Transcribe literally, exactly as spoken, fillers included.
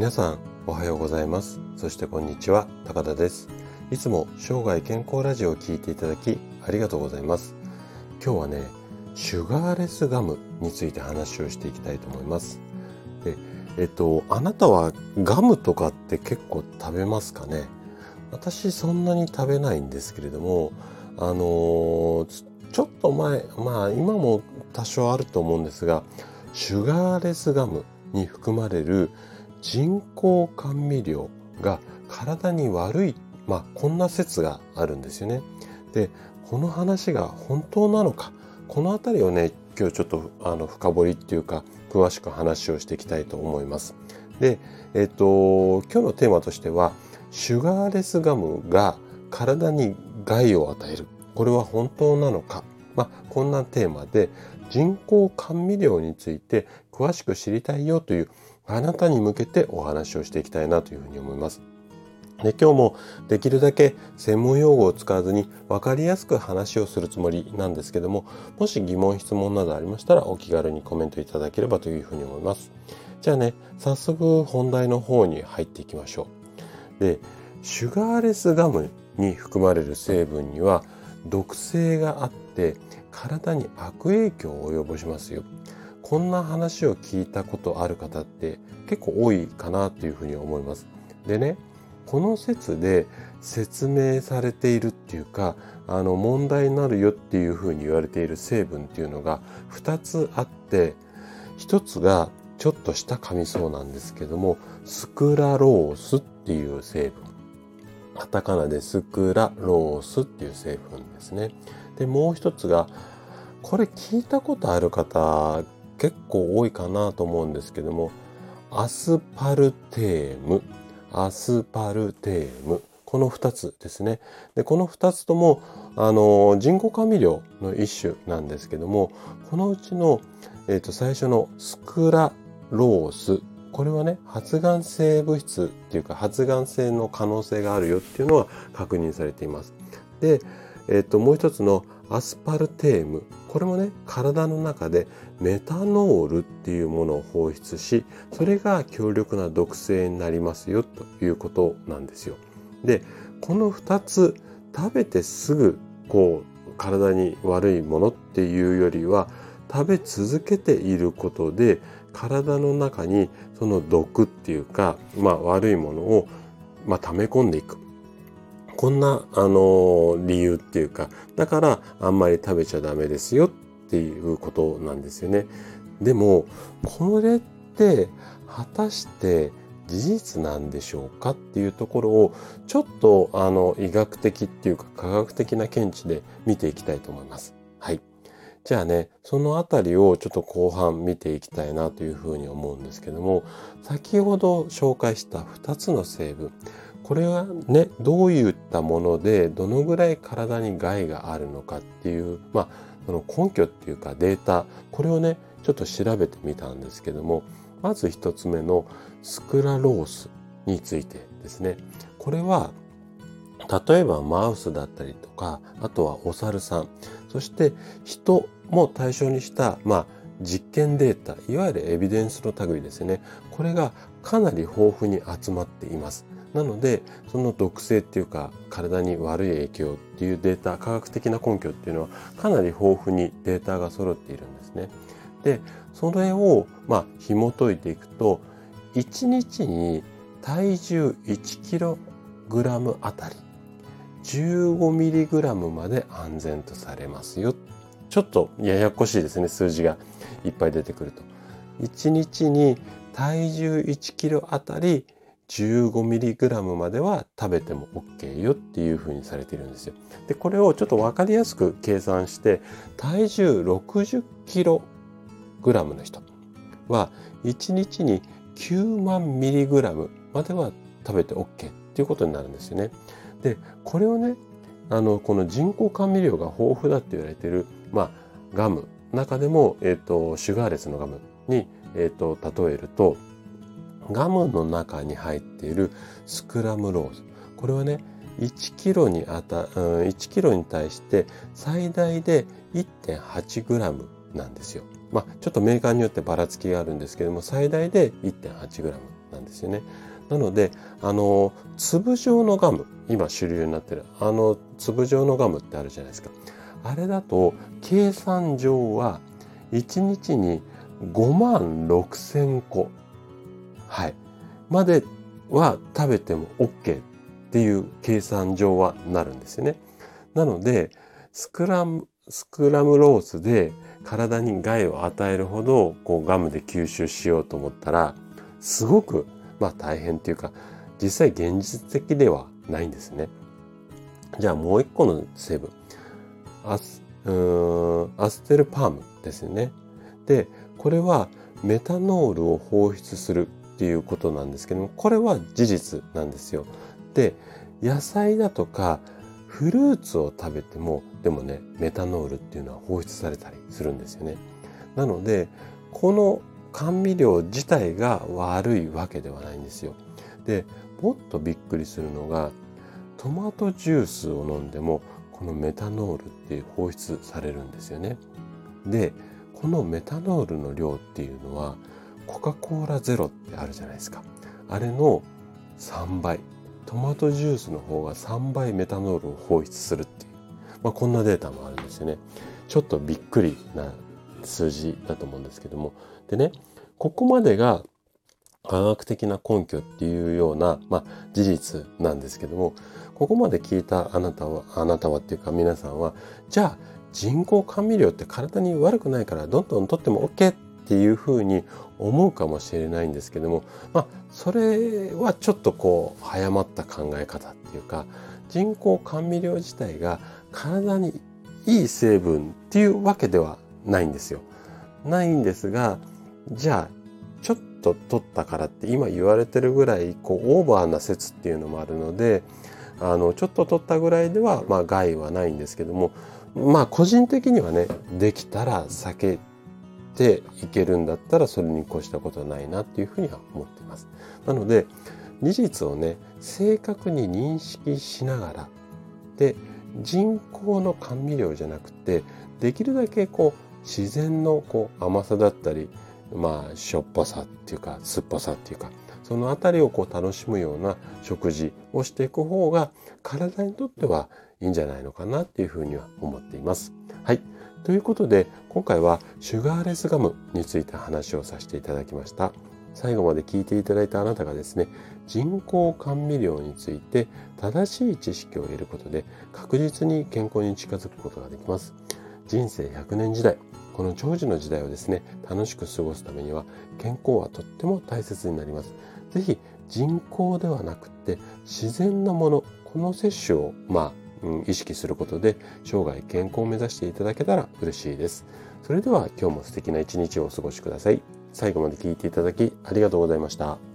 皆さんおはようございます。そしてこんにちは、高田です。いつも生涯健康ラジオを聞いていただきありがとうございます。今日はね、シュガーレスガムについて話をしていきたいと思います。で、えっと、あなたはガムとかって結構食べますかね？私そんなに食べないんですけれども、あのー、ちょっと前、まあ今も多少あると思うんですが、シュガーレスガムに含まれる人工甘味料が体に悪い、まあこんな説があるんですよね。で、この話が本当なのか、このあたりをね、今日ちょっとあの深掘りっていうか詳しく話をしていきたいと思います。で、えっと今日のテーマとしては、シュガーレスガムが体に害を与える、これは本当なのか、まあこんなテーマで人工甘味料について詳しく知りたいよというあなたに向けてお話をしていきたいなというふうに思います。で、今日もできるだけ専門用語を使わずに分かりやすく話をするつもりなんですけども、もし疑問質問などありましたらお気軽にコメントいただければというふうに思います。じゃあね、早速本題の方に入っていきましょう。で、シュガーレスガムに含まれる成分には毒性があって体に悪影響を及ぼしますよ。こんな話を聞いたことある方って結構多いかなというふうに思います。でね、この説で説明されているっていうか、あの問題になるよっていうふうに言われている成分っていうのがふたつあって、ひとつがちょっとした噛みそうなんですけども、スクラロースっていう成分。カタカナでスクラロースっていう成分ですね。で、もう一つが、これ聞いたことある方結構多いかなと思うんですけども、アスパルテーム、アスパルテーム、このふたつですね。で、このふたつともあの人工甘味料の一種なんですけども、このうちの、えーと、最初のスクラロース、これはね、発がん性物質っていうか発がん性の可能性があるよっていうのは確認されています。で、えっと、もう一つのアスパルテーム、これもね、体の中でメタノールっていうものを放出し、それが強力な毒性になりますよということなんですよ。で、このふたつ食べてすぐこう体に悪いものっていうよりは、食べ続けていることで体の中にその毒っていうか、まあ悪いものをまあ溜め込んでいく。こんな、あの理由っていうか、だからあんまり食べちゃダメですよっていうことなんですよね。でも、これって果たして事実なんでしょうかっていうところを、ちょっとあの医学的っていうか科学的な見地で見ていきたいと思います。はい。じゃあね、そのあたりをちょっと後半見ていきたいなというふうに思うんですけども、先ほど紹介したふたつの成分、これはね、どういったものでどのぐらい体に害があるのかっていう、まあ、その根拠っていうかデータ、これをね、ちょっと調べてみたんですけども、まず一つ目のスクラロースについてですね。これは、例えばマウスだったりとか、あとはお猿さん、そして人も対象にした、まあ、実験データ、いわゆるエビデンスの類ですね。これがかなり豊富に集まっています。なので、その毒性っていうか、体に悪い影響っていうデータ、科学的な根拠っていうのはかなり豊富にデータが揃っているんですね。で、それを、まあ、紐解いていくと、いちにちに体重いちキログラムあたり、じゅうごミリグラムまで安全とされますよ。ちょっとややこしいですね、数字がいっぱい出てくると。いちにちに体重いちキロあたりじゅうごミリグラムまでは食べても OK よっていう風にされているんですよ。で、これをちょっとわかりやすく計算して、体重ろくじゅっキログラムの人はいちにちにきゅうまんミリグラムまでは食べて OK っていうことになるんですよね。で、これをね、あの、この人工甘味料が豊富だって言われている、まあ、ガム、中でも、えっと、シュガーレスのガムに、えっと、例えると、ガムの中に入っているスクラムローズ。これはね、いちキロにあた、うん、いちキロに対して最大で いってんはちグラムなんですよ。まあ、ちょっとメーカーによってばらつきがあるんですけども、最大で いってんはちグラム。 なんですよね。なので、あの、粒状のガム、今主流になってる、あの粒状のガムってあるじゃないですか。あれだと、計算上はいちにちにごまんろくせんこ、はい、までは食べても OK っていう計算上はなるんですよね。なので、スクラム、スクラムロースで体に害を与えるほどこうガムで吸収しようと思ったら、すごくまあ大変っていうか、実際現実的ではないんですね。じゃあもう一個の成分。アス、うーん、アステルパームですよね。で、これはメタノールを放出するっていうことなんですけども、これは事実なんですよ。で、野菜だとかフルーツを食べても、でもね、メタノールっていうのは放出されたりするんですよね。なので、この甘味料自体が悪いわけではないんですよ。で、もっとびっくりするのが、トマトジュースを飲んでも、このメタノールって放出されるんですよね。で、このメタノールの量っていうのは、コカ・コーラゼロってあるじゃないですか。あれのさんばい。トマトジュースの方がさんばいメタノールを放出するっていう、まあ、こんなデータもあるんですよね。ちょっとびっくりな数字だと思うんですけども。でね、ここまでが科学的な根拠っていうような、まあ、事実なんですけども、ここまで聞いたあなたは、あなたはっていうか皆さんは、じゃあ人工甘味料って体に悪くないからどんどん取っても OK っていうふうに思うかもしれないんですけども、まあ、それはちょっとこう早まった考え方っていうか、人工甘味料自体が体にいい成分っていうわけではないんですよ。ないんですが、じゃあちょっと取ったからって今言われてるぐらいこうオーバーな説っていうのもあるので、あのちょっと取ったぐらいではまあ害はないんですけども、まあ個人的にはね、できたら避けていけるんだったらそれに越したことはないなっていうふうには思っています。なので事実をね、正確に認識しながら、で人工の甘味料じゃなくて、できるだけこう自然のこう甘さだったり、まあしょっぱさっていうか酸っぱさっていうか、そのあたりをこう楽しむような食事をしていく方が体にとってはいいんじゃないのかなっていうふうには思っています。はい。ということで今回はシュガーレスガムについて話をさせていただきました。最後まで聞いていただいたあなたがですね、人工甘味料について正しい知識を得ることで確実に健康に近づくことができます。人生ひゃくねん時代、この長寿の時代をですね、楽しく過ごすためには健康はとっても大切になります。ぜひ人工ではなくて自然なもの、この摂取をまあ、うん、意識することで生涯健康を目指していただけたら嬉しいです。それでは今日も素敵な一日をお過ごしください。最後まで聞いていただきありがとうございました。